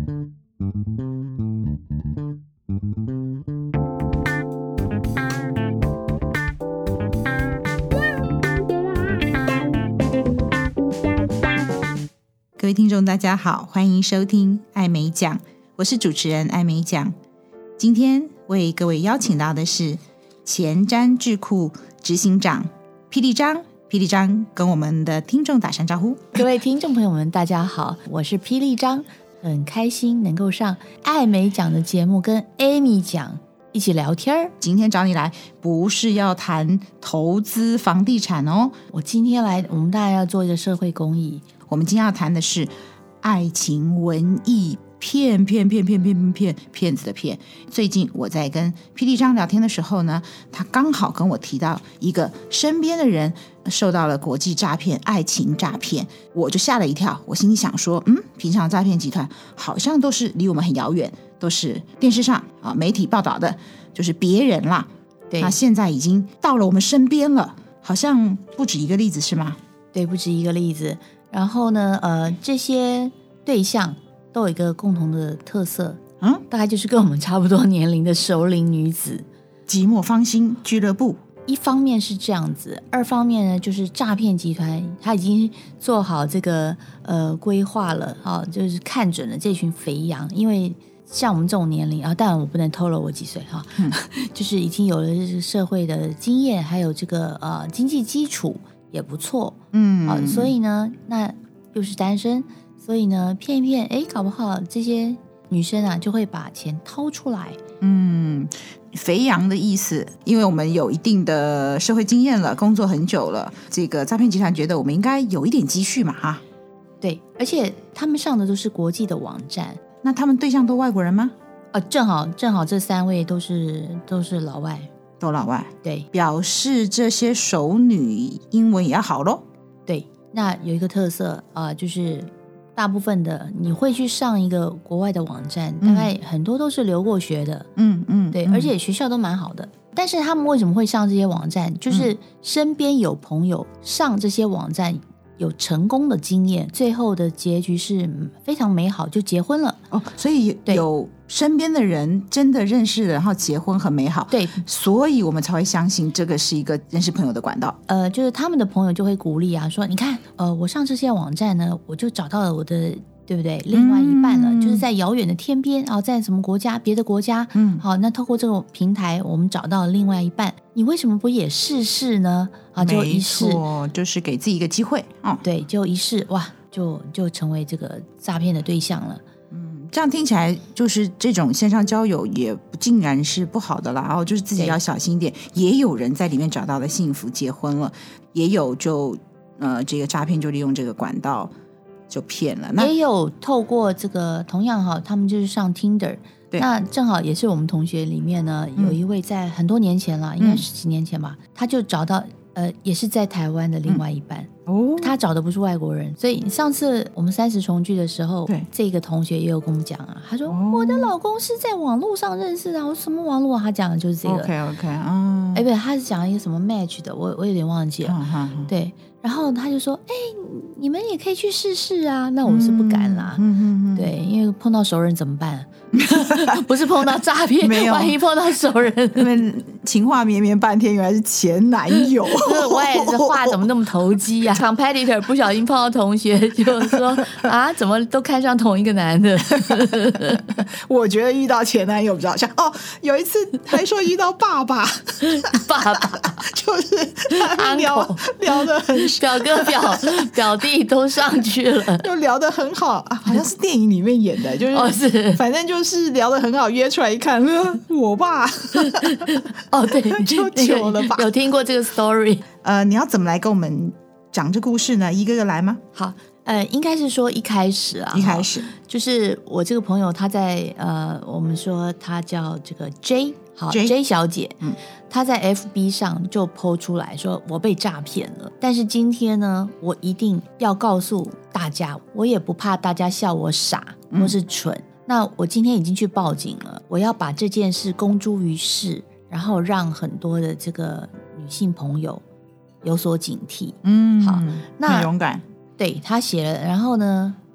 各位听众大家好，欢迎收听艾美奖，我是主持人艾美奖。今天为各位邀请到的是前瞻智库执行长霹雳张。霹雳张跟我们的听众打声招呼。 各位听众朋友们大家好，我是霹雳张，很开心能够上艾美奖的节目跟 Amy 讲一起聊天。 今天找你来不是要谈投资房地产哦， 我今天来我们大家要做一个社会公益。 我们今天要谈的是爱情文艺骗子的骗。最近我在跟霹雳张聊天的时候呢，他刚好跟我提到一个身边的人受到了国际诈骗，爱情诈骗，我就吓了一跳。我心里想说，平常诈骗集团好像都是离我们很遥远，都是电视上媒体报道的，就是别人啦。 对， 那现在已经到了我们身边了，好像不止一个例子是吗？ 对，不止一个例子。然后呢，这些对象都有一个共同的特色，大概就是跟我们差不多年龄的熟龄女子。 寂寞芳心俱乐部， 一方面是这样子，二方面呢，就是诈骗集团他已经做好这个规划了，就是看准了这群肥羊。因为像我们这种年龄当然我不能透露我几岁就是已经有了社会的经验，还有这个经济基础也不错，所以呢，那又是单身，所以呢，骗一骗，搞不好这些女生就会把钱掏出来。 肥羊的意思，因为我们有一定的社会经验了，工作很久了，这个诈骗集团觉得我们应该有一点积蓄嘛，哈。 对，而且他们上的都是国际的网站。 那他们对象都外国人吗？ 正好这三位都是老外。 都老外， 对， 表示这些熟女英文也要好咯。 对，那有一个特色就是大部分的你会去上一个国外的网站，大概很多都是留过学的，对，而且学校都蛮好的。但是他们为什么会上这些网站？就是身边有朋友上这些网站有成功的经验，最后的结局是非常美好，就结婚了。 所以有身边的人真的认识了，然后结婚很美好。 对， 所以我们才会相信这个是一个认识朋友的管道。 就是他们的朋友就会鼓励说，你看，我上这些网站呢，我就找到了我的，对不对？另外一半了，就是在遥远的天边在什么国家，别的国家，好，那透过这个平台，我们找到了另外一半，你为什么不也试试呢？就一试， 没错，就是给自己一个机会。 对，就一试，哇，就成为这个诈骗的对象了。 这样听起来就是这种线上交友也不尽然是不好的啦，就是自己要小心一点。也有人在里面找到了幸福，结婚了，也有就这个诈骗就利用这个管道就骗了。 也有透过这个同样他们就是上 Tinder， 那正好也是我们同学里面呢，有一位在很多年前了，应该10几年前吧，他就找到也是在台湾的另外一半。他找的不是外国人，所以上次我们30重聚的时候，这个同学也有跟我们讲他说我的老公是在网络上认识的。我说什么网络他讲的就是这个。不对，他是讲一个什么 match 的，我有点忘记了。对，然后他就说你们也可以去试试啊。那我是不敢啦。对，因为碰到熟人怎么办？不是碰到诈骗，没有，万一碰到熟人， 他们情话绵绵半天，原来是前男友。 我也是话怎么那么投机啊？competitor 不小心碰到同学，就说怎么都看上同一个男的？ 我觉得遇到前男友比较像有一次还说遇到爸爸就是聊得很表哥表弟都上去了， 就聊得很好好像是电影里面演的，就是反正就是聊得很好，约出来一看，我爸对， 就糗了吧？ 有听过这个 story？ 你要怎么来跟我们讲这故事呢？一个个来吗？ 好，应该是说一开始就是我这个朋友他在我们说他叫这个 J 小姐，她在 FB 上就 po 出来说我被诈骗了，但是今天呢，我一定要告诉大家，我也不怕大家笑我傻或是蠢。那我今天已经去报警了，我要把这件事公诸于世，然后让很多的这个女性朋友有所警惕。好，那很勇敢。 对，他写了，然后呢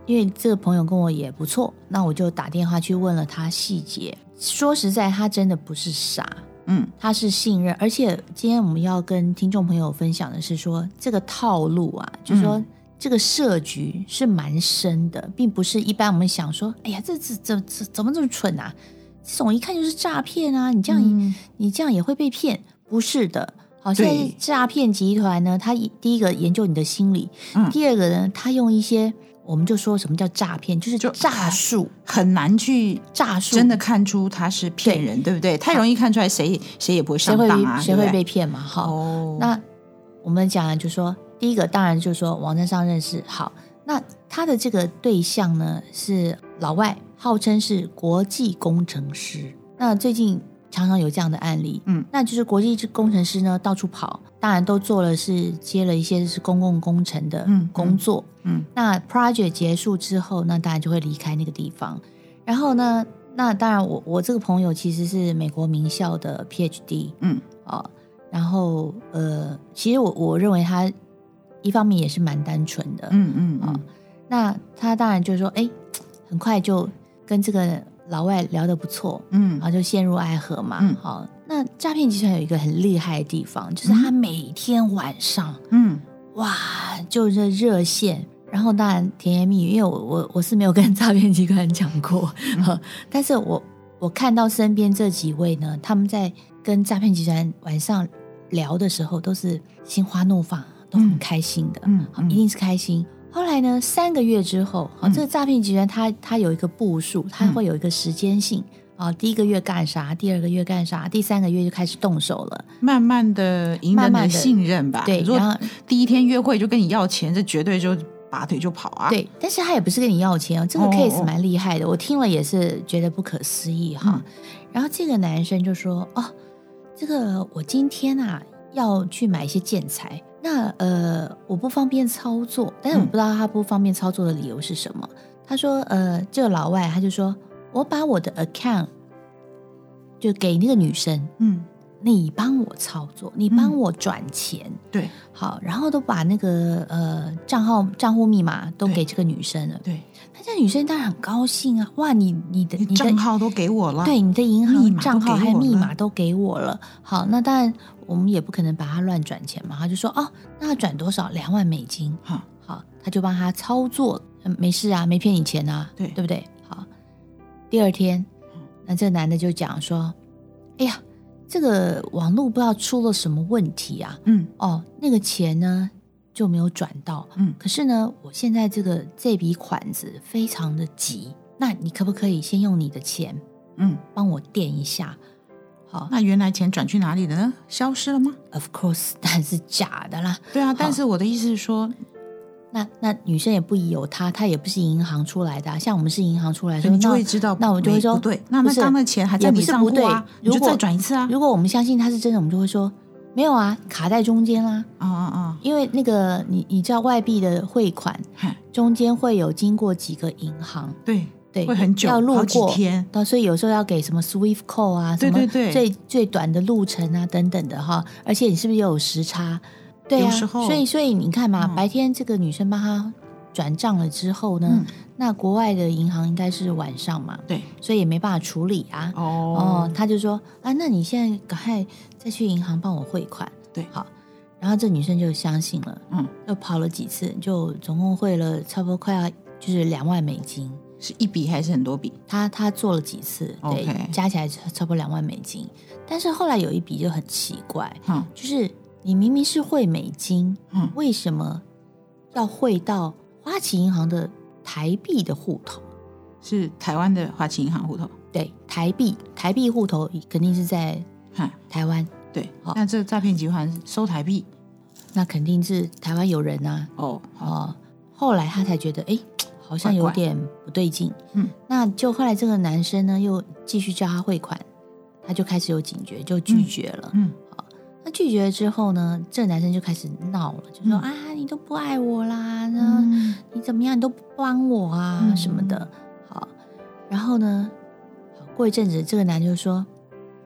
因为这个朋友跟我也不错，那我就打电话去问了他细节。说实在，他真的不是傻，他是信任。而且今天我们要跟听众朋友分享的是说，这个套路啊，就是说这个设局是蛮深的，并不是一般我们想说，哎呀，这怎么这么蠢啊？这种一看就是诈骗啊！你这样也会被骗？不是的。好，现在诈骗集团呢，他第一个研究你的心理，第二个呢，他用一些我们就说什么叫诈骗，就是诈术， 很难去诈术真的看出他是骗人， 对不对？太容易看出来，谁也不会上当啊， 谁会被骗嘛？好，那我们讲的就是说，第一个当然就是说网站上认识，好，那他的这个对象呢是老外，号称是国际工程师。那最近常常有这样的案例，那就是国际工程师呢到处跑，当然都做了接了一些是公共工程的工作，那 project 结束之后，那当然就会离开那个地方。然后呢，那当然我这个朋友其实是美国名校的 PhD，然后其实我认为他一方面也是蛮单纯的，那他当然就是说，很快就跟这个老外聊得不错，然后就陷入爱河嘛。好，那诈骗集团有一个很厉害的地方，就是他每天晚上，哇，就是热线，然后当然甜言蜜语，因为我是没有跟诈骗集团讲过，但是我看到身边这几位呢，他们在跟诈骗集团晚上聊的时候，都是心花怒放，都很开心的，一定是开心。后来呢，3个月之后，这个诈骗集团它有一个步数，它会有一个时间性，第1个月干啥，第2个月干啥，第3个月就开始动手了， 慢慢的赢得你的信任吧。 对， 如果第1天约会就跟你要钱，这绝对就拔腿就跑啊。 对，但是他也不是跟你要钱哦，这个 case 蛮厉害的，我听了也是觉得不可思议哈。然后这个男生就说，这个我今天啊要去买一些建材，那我不方便操作，但是我不知道他不方便操作的理由是什么。他说这个老外他就说，我把我的 account 就给那个女生，你帮我操作，你帮我转钱， 对， 好，然后都把那个账户密码都给这个女生了， 对， 那这女生当然很高兴啊，哇，你的账号都给我了， 对，你的银行账号还有密码都给我了，好，那当然我们也不可能把他乱转钱嘛，他就说那他转多少？2万美金，好，他就帮他操作，没事啊，没骗你钱啊，对不对？好，第2天，那这男的就讲说，哎呀，这个网络不知道出了什么问题啊，那个钱呢就没有转到，可是呢，我现在这笔款子非常的急，那你可不可以先用你的钱，帮我垫一下？好， 那原来钱转去哪里了呢？消失了吗？ Of course， 当然是假的啦。 对啊，但是我的意思是说， 那女生也不疑有他也不是银行出来的，像我们是银行出来的， 你就会知道， 那我们就会说不对，那刚刚的钱还在你账户啊，你就再转一次啊。 如果我们相信他是真的，我们就会说没有啊，卡在中间啦。因为那个你知道外币的汇款中间会有经过几个银行，对， 会很久， 要路过好几天， 所以有时候要给什么 Swift code 啊，什么最短的路程啊等等的哈，而且你是不是也有时差？对啊，所以你看嘛，白天这个女生帮他转账了之后呢，那国外的银行应该是晚上嘛， 对， 所以也没办法处理啊。他就说那你现在赶快再去银行帮我汇款， 对， 好，然后这女生就相信了，又跑了几次，就总共汇了差不多快要就是2万美金。 是一笔还是很多笔？ 他做了几次，对，加起来差不多2万美金。但是后来有一笔就很奇怪，就是你明明是汇美金，为什么要汇到花旗银行的台币的户头？ 是台湾的花旗银行户头？ 对，台币户头肯定是在台湾。 对，那这个诈骗集团收台币， 那肯定是台湾有人啊。后来他才觉得，好像有点不对劲，那就后来这个男生呢又继续叫他汇款，他就开始有警觉，就拒绝了。好，那拒绝了之后呢，这个男生就开始闹了，就说你都不爱我啦，你怎么样，你都不帮我啊什么的。好，然后呢，过一阵子，这个男就说，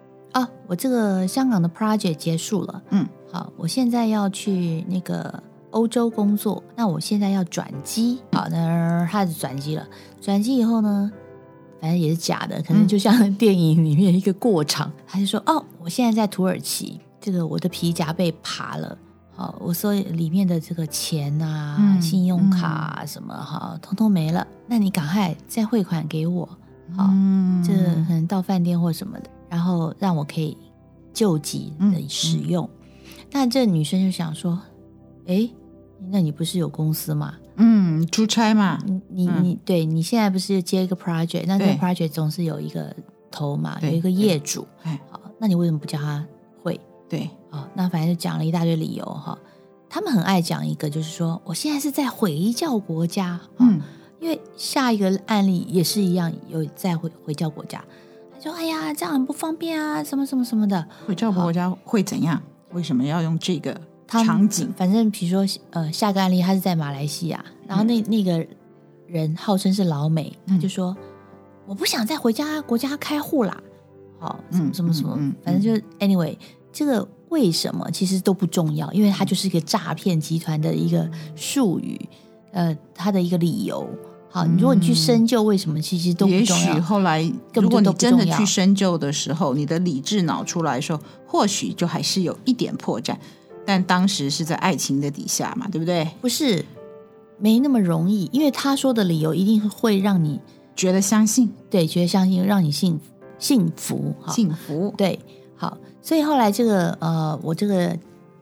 我这个香港的 project 结束了，好，我现在要去那个欧洲工作，那我现在要转机，好，那他就转机了。转机以后呢，反正也是假的，可能就像电影里面一个过场，他就说我现在在土耳其，这个我的皮夹被扒了，好，我说里面的这个钱啊、信用卡啊什么哈，通通没了，那你赶快再汇款给我，好，这可能到饭店或什么的，然后让我可以救急的使用。那这女生就想说，那你不是有公司吗？ 出差嘛， 你对，你现在不是接一个 project， 那这个 project 总是有一个头嘛，有一个业主，好，那你为什么不叫他汇？ 对， 好，那反正就讲了一大堆理由哈。他们很爱讲一个，就是说我现在是在回教国家，因为下一个案例也是一样，有在回教国家，他说哎呀这样很不方便啊，什么什么什么的。 回教国家会怎样？为什么要用这个场景？ 反正比如说下个案例他是在马来西亚，然后那个人号称是老美，他就说我不想再回家国家开户啦，好，什么什么，反正就 anyway， 这个为什么其实都不重要，因为它就是一个诈骗集团的一个术语，它的一个理由。好，如果你去深究为什么，其实都不重要。 也许后来，如果你真的去深究的时候，你的理智脑出来的时候，或许就还是有一点破绽。但当时是在爱情的底下嘛，对不对？ 不是，没那么容易，因为他说的理由一定会让你觉得相信， 对，觉得相信，让你幸福， 幸福， 对，好。所以后来这个我这个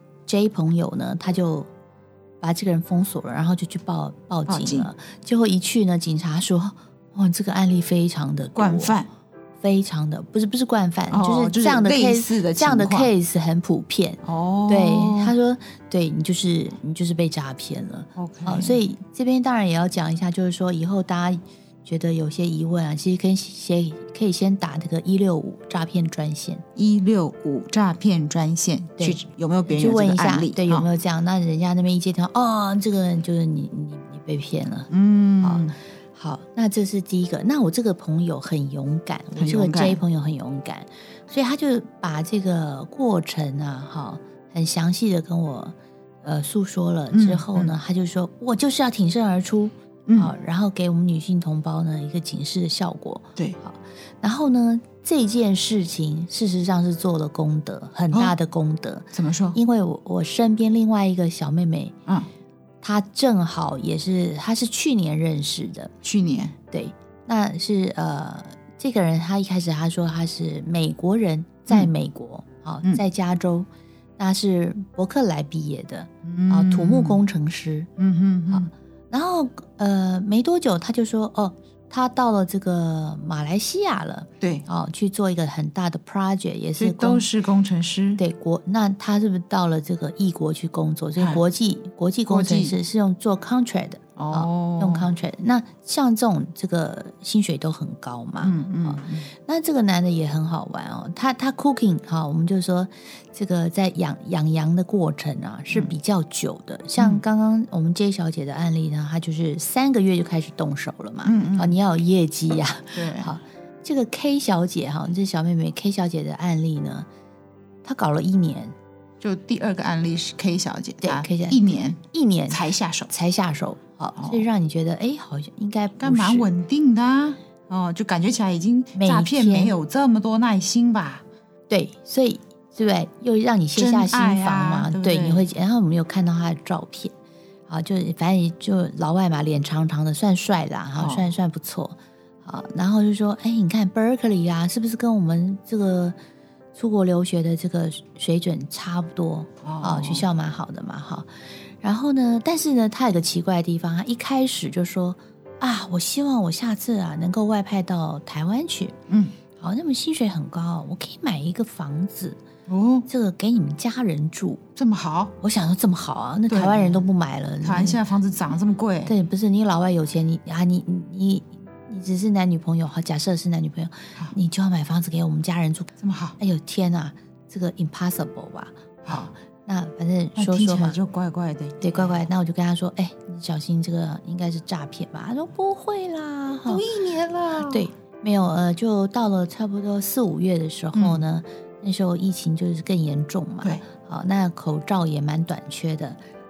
J 朋友呢，他就把这个人封锁了，然后就去报警了。结果一去呢，警察说，这个案例非常的惯犯， 非常的不是惯犯，就是这样的 case， 这样的 case 很普遍。对，他说，对你就是被诈骗了。好，所以这边当然也要讲一下，就是说以后大家觉得有些疑问啊，其实可以先打这个165诈骗专线 ，165诈骗专线，去有没有别人有这个案例？ 对，有没有这样？那人家那边一接电话，这个人就是你被骗了。好，那这是第一个。那我这个朋友很勇敢，我这个 J 朋友很勇敢，所以他就把这个过程啊，很详细的跟我诉说了之后呢，他就说我就是要挺身而出。好，然后给我们女性同胞呢一个警示的效果。 对， 好，然后呢，这件事情事实上是做了功德，很大的功德。 怎么说？ 因为我身边另外一个小妹妹，她正好也是，她是去年认识的。 去年， 对，那是这个人，他一开始他说他是美国人，在美国，在加州，那是伯克莱毕业的，土木工程师。好。然后没多久他就说他到了这个马来西亚了， 对， 去做一个很大的 project， 也是都是工程师， 对，那他是不是到了这个异国去工作？所以国际工程师是做 contract 的，用 contract。那像这种这个薪水都很高嘛，那这个男的也很好玩他 cooking 我们就说这个在养羊的过程啊是比较久的，像刚刚我们 J 小姐的案例呢，她就是3个月就开始动手了嘛，你要有业绩呀， 对， 好，这个 K 小姐这小妹妹 K 小姐的案例呢，她搞了1年， 就第二个案例是 K 小姐， 对 K 小姐 1年才下手，好，所以让你觉得好像应该干蛮稳定的就感觉起来已经诈骗没有这么多耐心吧？ 对，所以对不对？又让你卸下心防嘛，对，你会。然后我们有看到他的照片，就反正就老外嘛，脸长长的，算帅啦，算不错。好，然后就说，你看 Berkeley 啊，是不是跟我们这个出国留学的这个水准差不多？学校蛮好的嘛，然后呢，但是呢，他有个奇怪的地方，他一开始就说我希望我下次能够外派到台湾去。好，那么薪水很高，我可以买一个房子。这个给你们家人住， 这么好？ 我想说这么好那台湾人都不买了。 台湾现在房子涨这么贵？ 对，不是你老外有钱，你只是男女朋友，假设是男女朋友，你就要买房子给我们家人住， 这么好？ 哎呦天哪，这个 impossible 吧？好，那反正说嘛， 就怪怪的， 对，怪怪。那我就跟他说，你小心这个应该是诈骗吧？他说不会啦， 都1年了。 对，没有就到了差不多4、5月的时候呢。那时候疫情就是更严重嘛， 对， 好，那口罩也蛮短缺的。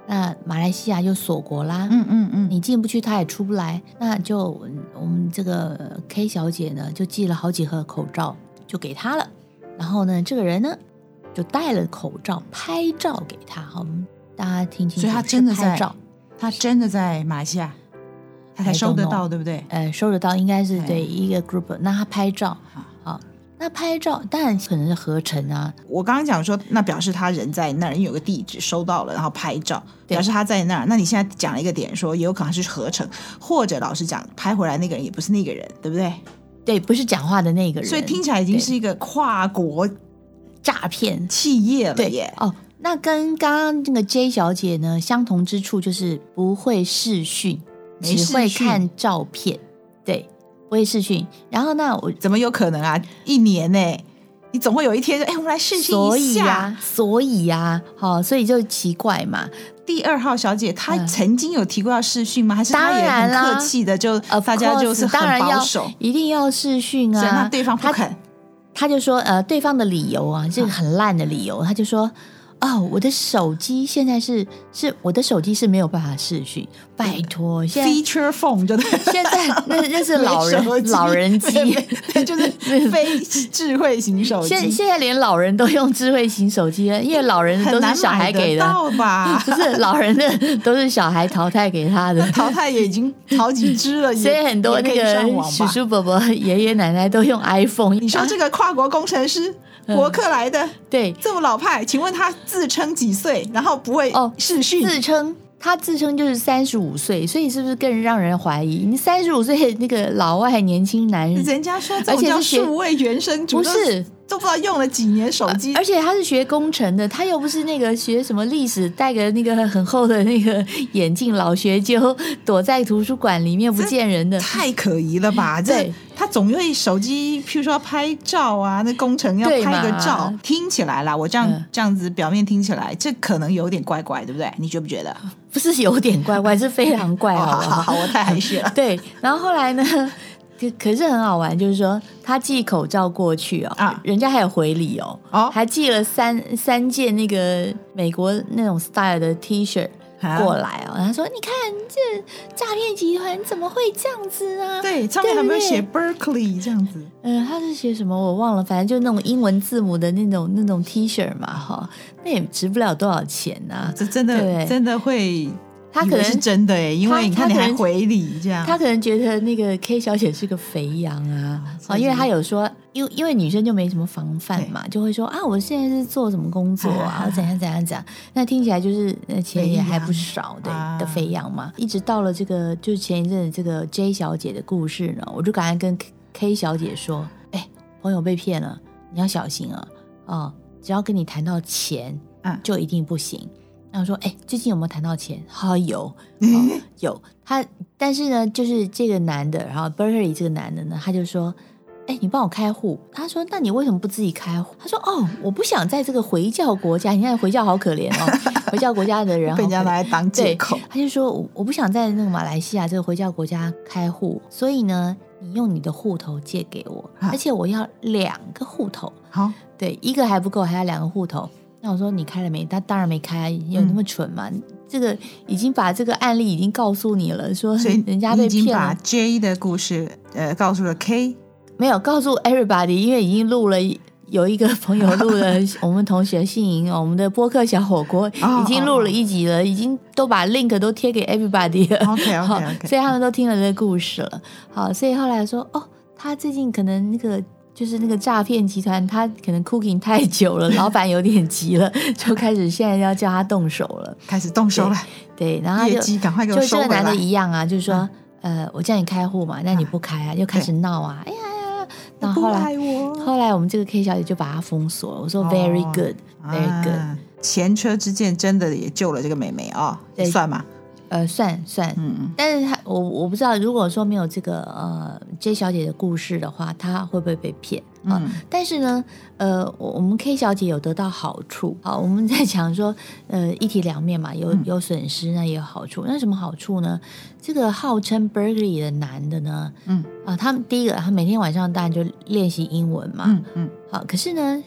那马来西亚就锁国啦，你进不去，他也出不来，那就我们这个 K 小姐呢，就寄了好几盒口罩，就给他了。然后呢，这个人呢，就戴了口罩拍照给他。好，大家听清楚， 所以他真的拍照， 他真的在马来西亚，他才收得到，对不对？ 收得到，应该是对一个 group。那他拍照，好。那拍照当然可能是合成啊。 我刚刚讲说，那表示他人在那儿，因为有个地址收到了，然后拍照，表示他在那儿。那你现在讲了一个点，说也有可能是合成，或者老实讲，拍回来那个人也不是那个人，对不对？ 对，不是讲话的那个人。 所以听起来已经是一个跨国诈骗企业了耶。 哦，那跟刚刚那个 J 小姐呢相同之处就是不会视讯，只会看照片，对。不会视讯，然后呢？我怎么有可能啊？1年呢？你总会有一天说，我们来视讯一下。 所以呀，所以就奇怪嘛。 第2号小姐她曾经有提过要视讯吗？还是她也很客气的，就大家就是很保守， 一定要视讯啊？ 那对方不肯， 他就说对方的理由啊，这个很烂的理由，他就说。我的手机现在是我的手机是没有办法视讯，拜托，现在 feature phone 就对， 现在那是老人机， 对，就是非智慧型手机。 现在连老人都用智慧型手机了，因为老人都是小孩给的， 很难买得到吧？ 不是老人的都是小孩淘汰给他的， 淘汰也已经好几只了， 所以很多那个叔叔伯伯、爷爷奶奶都用 iPhone。 你说这个跨国工程师？博客来的， 对， 这么老派，请问他自称几岁？然后不会视讯？ 他自称就是35岁，所以是不是更让人怀疑？你35岁那个老外年轻男人， 人家说这种叫数位原生族， 不是都不知道用了几年手机， 而且他是学工程的，他又不是那个学什么历史，戴个那个很厚的那个眼镜，老学究躲在图书馆里面不见人的， 太可疑了吧？对。他总会手机，譬如说拍照啊，那工程要拍个照，听起来啦，我这样子表面听起来，这可能有点怪怪，对不对？你觉不觉得？ 不是有点怪怪，是非常怪，好不好？ 好，我太含蓄了。 对，然后后来呢？可是很好玩，就是说他寄口罩过去人家还有回礼还寄了三件那个美国那种 style 的 T 恤。过来他说：“你看这诈骗集团怎么会这样子啊？” 对，上面有没有写 Berkeley 这样子？ 他是写什么我忘了，反正就那种英文字母的那种 T 恤嘛，那也值不了多少钱啊！ 这真的会。 他可能是真的因为你看你还回礼这样， 他可能觉得那个 K 小姐是个肥羊啊，因为他有说，因为女生就没什么防范嘛，就会说我现在是做什么工作啊，怎样，那听起来就是钱也还不少的肥羊嘛。一直到了这个就是前一阵子这个 J 小姐的故事呢，我就赶快跟 K 小姐说，朋友被骗了，你要小心只要跟你谈到钱，就一定不行。然后说，最近有没有谈到钱？有，有。但是呢，就是这个男的，然后 Berkeley 这个男的呢，他就说，你帮我开户。他说，那你为什么不自己开户？他说，我不想在这个回教国家，你看回教好可怜回教国家的人被人家拿来当借口。 他就说，我不想在那个马来西亚这个回教国家开户，所以呢，你用你的户头借给我，而且我要2个户头。 好， 对，一个还不够，还要2个户头。那我说你开了没？他当然没开，有那么蠢吗？这个已经把这个案例已经告诉你了，说人家被骗了。 你已经把 J 的故事告诉了 K， 没有告诉 everybody， 因为已经录了，有一个朋友录了我们同学信营我们的播客小火锅已经录了1集了，已经都把 link 都贴给 everybody 了。 OK， 所以他们都听了这个故事了。好，所以后来说他最近可能那个。就是那个诈骗集团，他可能 cooking 太久了，老板有点急了，就开始现在要叫他动手了， 开始动手了。 对，然后业绩赶快给我收回来。 就这个男的一样就说我叫你开户嘛，那你不开就开始闹啊，哎呀，然后后来我们这个 K 小姐就把他封锁了。我说 very good，very good， 前车之鉴真的也救了这个妹妹算吗？ 算，但是我不知道，如果说没有这个J 小姐的故事的话，她会不会被骗但是呢，我们 K 小姐有得到好处。好，我们在讲说，一体两面嘛，有损失，那也有好处。那什么好处呢？这个号称 Berkeley 的男的呢，他们第一个，他每天晚上当然就练习英文嘛，好，可是呢，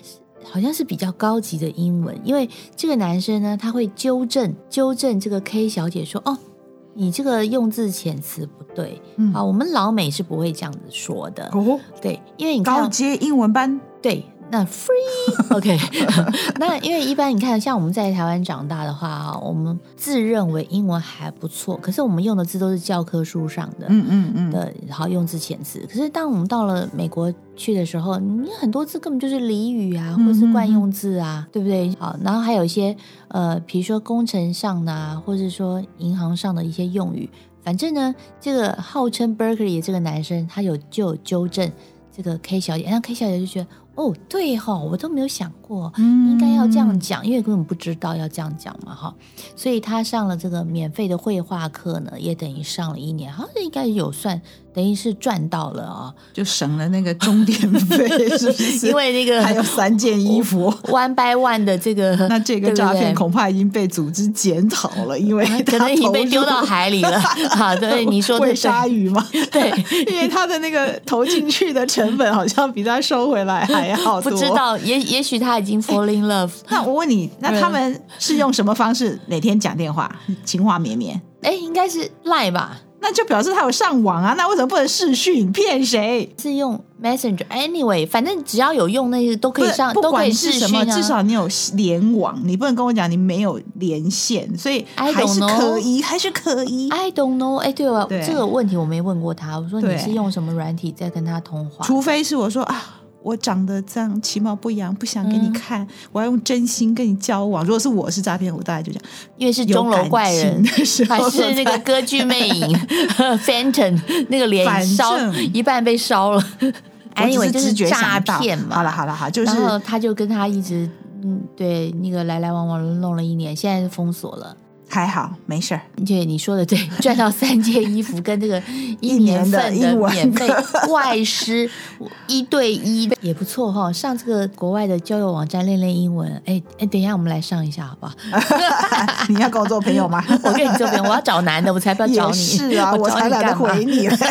好像是比较高级的英文，因为这个男生呢，他会纠正这个 K 小姐说，哦，你这个用字遣词不对，我们老美是不会这样子说的，对，因为你看高阶英文班， 对。那 free OK 那因为一般你看像我们在台湾长大的话，我们自认为英文还不错，可是我们用的字都是教科书上的的好用字遣词，可是当我们到了美国去的时候，你很多字根本就是俚语啊，或是惯用字啊，对不对？好，然后还有一些比如说工程上的啊，或是说银行上的一些用语，反正呢这个号称 Berkeley 的这个男生他就有纠正这个 K 小姐，那 K 小姐就觉得哦，对哈，我都没有想过，应该要这样讲，因为根本不知道要这样讲嘛哈，所以他上了这个免费的绘画课呢，也等于上了1年，好像应该有算，等于是赚到了啊， 就省了那个钟点费，是不是？ 因为那个还有3件衣服 ，1 by 1的这个， 那这个诈骗恐怕已经被组织检讨了，因为可能已经被丢到海里了。好，对，你说的喂鲨鱼嘛， 对， 因为他的那个投进去的成本好像比他收回来还好多。 不知道，也许他已经 fall in love。 那我问你，那他们是用什么方式每天讲电话，情话绵绵？ 应该是 Line 吧？ 那就表示他有上网啊，那为什么不能视讯？骗谁？ 是用 Messenger anyway， 反正只要有用那些都可以上， 不管是什么，至少你有联网，你不能跟我讲你没有连线，所以还是可以，还是可以。 I don't know， 对了，这个问题我没问过他，我说你是用什么软体在跟他通话？ 除非是我说啊，我长得这样其貌不扬，不想给你看，我要用真心跟你交往。如果是我是诈骗，我大概就这样， 因为是钟楼怪人，还是那个歌剧魅影Phantom 那个脸烧一半被烧了。 anyway 就是诈骗嘛。 好了，就是然后他就跟他一直对那个来来往往弄了1年，现在是封锁了。 还好没事儿， 对，你说的对，赚到3件衣服跟这个1年份的免费外师1对1也不错哈。上这个国外的交友网站练练英文，等一下我们来上一下好不好？ 你要跟我做朋友吗？ 我跟你做朋友，我要找男的，我才不要找你。 也是啊，我才懒得回你了。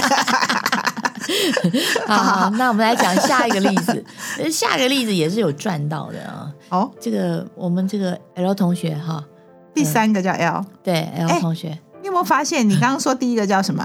好，那我们来讲下一个例子。下一个例子也是有赚到的啊。 哦， 这个我们这个 L 同学哈。 第3个叫 L， 对 L 同学， 你有没有发现？你刚刚说第一个叫什么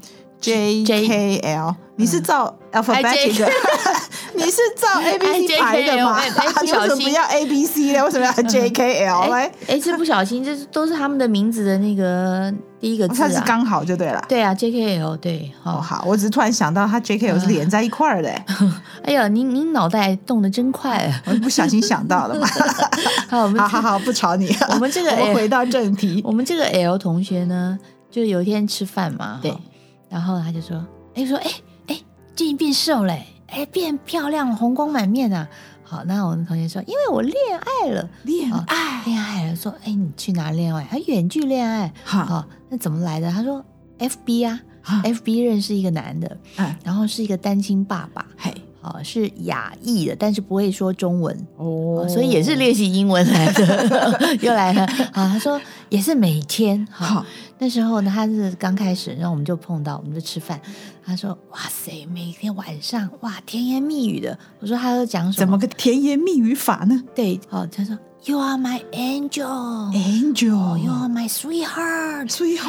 ？JKL， 你是照 alphabetic， 你是照 ABC 排的吗？你为什么不要 ABC 呢？为什么要 JKL？ 这不小心，这都是他们的名字的那个第一个字啊， 它是刚好就对了。 对啊 ，JKL 对， 好，我只是突然想到，它 JKL 是连在一块儿的。 哎呀，您脑袋动得真快， 我不小心想到了嘛。好，不吵你。 我们这个我回到正题， 我们这个 L 同学呢，就有一天吃饭嘛， 对， 然后他就说，最近变瘦了，变漂亮了，红光满面啊。好，那我的同学说，因为我恋爱了，恋爱了，说，你去哪恋爱？远距恋爱。好，那怎么来的？他说 FB 啊，FB 认识一个男的，然后是一个单亲爸爸，是亚裔的，但是不会说中文哦，所以也是练习英文来的，又来了。他说也是每天好。那时候呢，他是刚开始，然后我们就碰到，我们就吃饭。他说：“哇塞，每天晚上哇甜言蜜语的。”我说：“他都讲什么？ 怎么个甜言蜜语法呢？” 对，他说 ：“You are my angel, you are my sweetheart,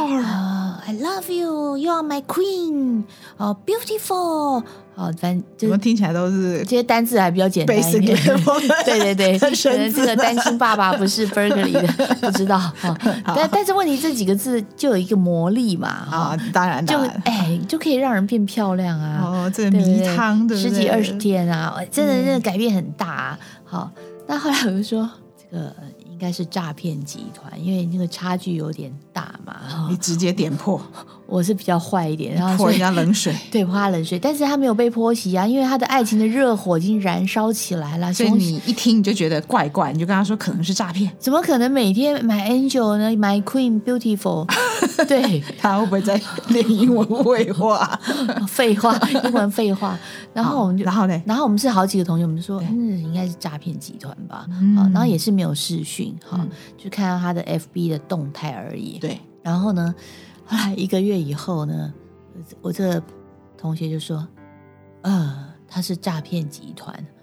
I love you, you are my queen, beautiful。”反正怎么听起来都是这些单字还比较简单一点。对，可能这个单亲爸爸不是 Berkeley 的，不知道。但是问题这几个字就有一个魔力嘛。 当然， 就可以让人变漂亮啊。 这个迷汤对不对？ 10几20天啊，真的改变很大啊。好，那后来我就说这个应该是诈骗集团，因为那个差距有点大嘛。 你直接点破。 我是比较坏一点，然后泼人家冷水， 对，泼他冷水，但是他没有被泼熄啊，因为他的爱情的热火已经燃烧起来了， 所以你一听你就觉得怪怪，你就跟他说可能是诈骗。 怎么可能每天 My Angel 呢 My Queen Beautiful？ 对， 他会不会在练英文绘画？ 废话，英文废话。然后我们就， 然后我们是好几个同学，我们就说应该是诈骗集团吧。然后也是没有视讯，就看到他的 FB 的动态而已。 对， 然后呢？后来1个月以后呢，我这个同学就说，他是诈骗集团。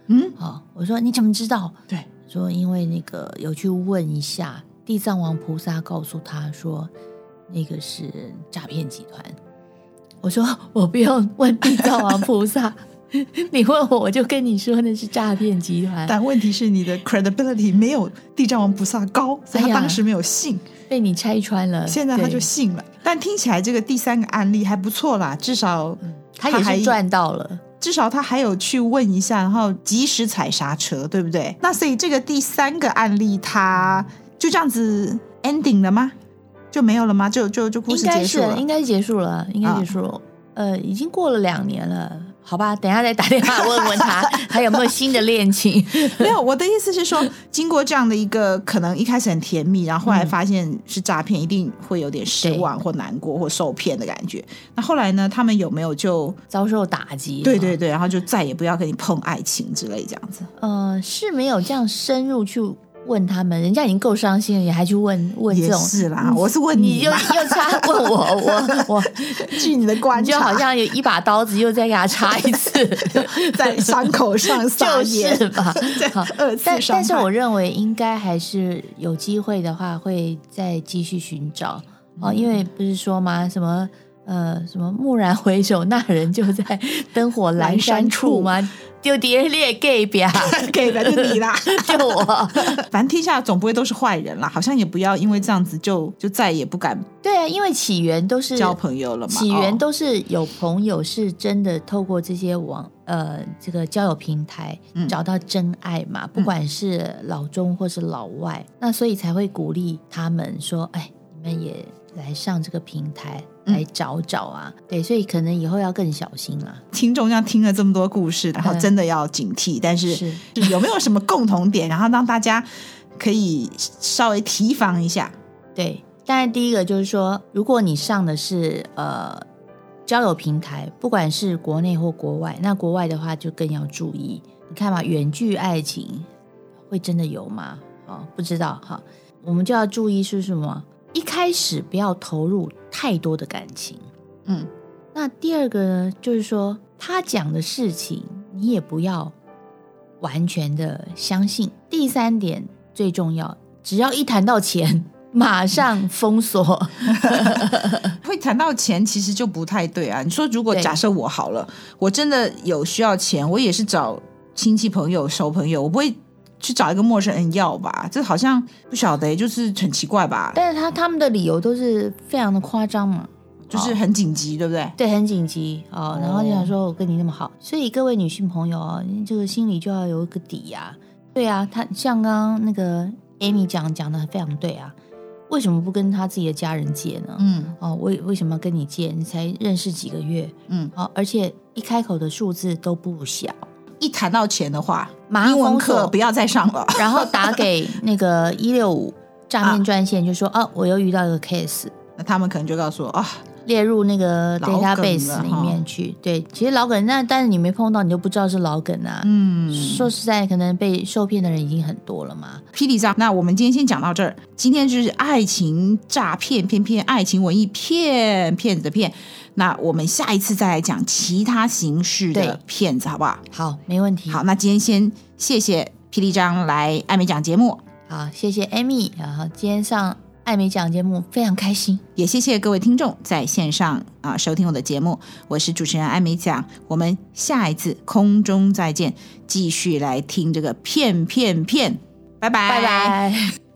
我说你怎么知道？ 对， 说因为那个有去问一下，地藏王菩萨告诉他说那个是诈骗集团。我说我不用问地藏王菩萨你问我就跟你说那是诈骗集团。 但问题是你的 credibility 没有地藏王菩萨高，所以他当时没有信， 被你拆穿了， 现在他就信了。但听起来这个第3个案例还不错啦，至少他也是赚到了， 至少他还有去问一下，然后及时踩刹车，对不对？那所以这个第3个案例他就这样子 ending 了吗？就没有了吗？就故事结束了？ 应该结束了，应该结束了。已经过了2年了。好吧，等一下再打电话问问他还有没有新的恋情。 没有，我的意思是说，经过这样的一个可能一开始很甜蜜，然后后来发现是诈骗，一定会有点失望或难过或受骗的感觉。那后来呢，他们有没有就遭受打击？ 对对对，然后就再也不要跟你碰爱情之类这样子。 是没有这样深入去问他们，人家已经够伤心了，你还去问这种？ 也是啦，我是问你又插问我据你的观察， 就好像有一把刀子又再给他插一次， 在伤口上撒盐， 就是吧？ 好，2次伤害。 但是我认为应该还是有机会的话，会再继续寻找因为不是说吗？什么蓦然回首，那人就在灯火阑珊处吗？就跌裂 gay 表 ，gay 表就你啦， 就我。 反正天下总不会都是坏人啦，好像也不要因为这样子就再也不敢。 对啊，因为起源都是交朋友了嘛， 起源都是有朋友是真的透过这些这个交友平台找到真爱嘛，不管是老中或是老外，那所以才会鼓励他们说，哎，你们也来上这个平台来找找啊。对，所以可能以后要更小心啦。 听众要听了这么多故事，然后真的要警惕，但是有没有什么共同点，然后让大家可以稍微提防一下？ 对，当然第一个就是说，如果你上的是交友平台，不管是国内或国外，那国外的话就更要注意。你看嘛，远距爱情会真的有吗？不知道哈，我们就要注意是什么？一开始不要投入太多的感情。那第二个呢，就是说他讲的事情你也不要完全的相信。第3点最重要，只要一谈到钱马上封锁。 会谈到钱其实就不太对啊。你说如果假设我好了，我真的有需要钱，我也是找亲戚朋友熟朋友，我不会去找一个陌生人要吧，这好像不晓得，就是很奇怪吧。 但是他们的理由都是非常的夸张嘛， 就是很紧急，对不对？ 对，很紧急然后就想说我跟你那么好，所以各位女性朋友你这个心里就要有一个底啊。对啊，他像刚刚那个 Amy 讲的非常对啊，为什么不跟他自己的家人借呢？为什么要跟你借？你才认识几个月，而且一开口的数字都不小。 一谈到钱的话， 英文课不要再上了， 然后打给那个165诈骗专线，就说我又遇到一个 case， 那他们可能就告诉我列入那个 database 里面去。对，其实老梗，那但是你没碰到，你就不知道是老梗啊。说实在，可能被受骗的人已经很多了嘛。 霹雳诈，那我们今天先讲到这儿。今天就是爱情诈骗，爱情文艺骗子的骗。那我们下一次再来讲其他形式的骗子，好不好？ 好，没问题。 好，那今天先谢谢霹雳张来艾美奖节目。 好，谢谢 Amy， 然后今天上艾美奖节目非常开心， 也谢谢各位听众在线上收听我的节目，我是主持人艾美奖，我们下一次空中再见，继续来听这个骗，拜拜。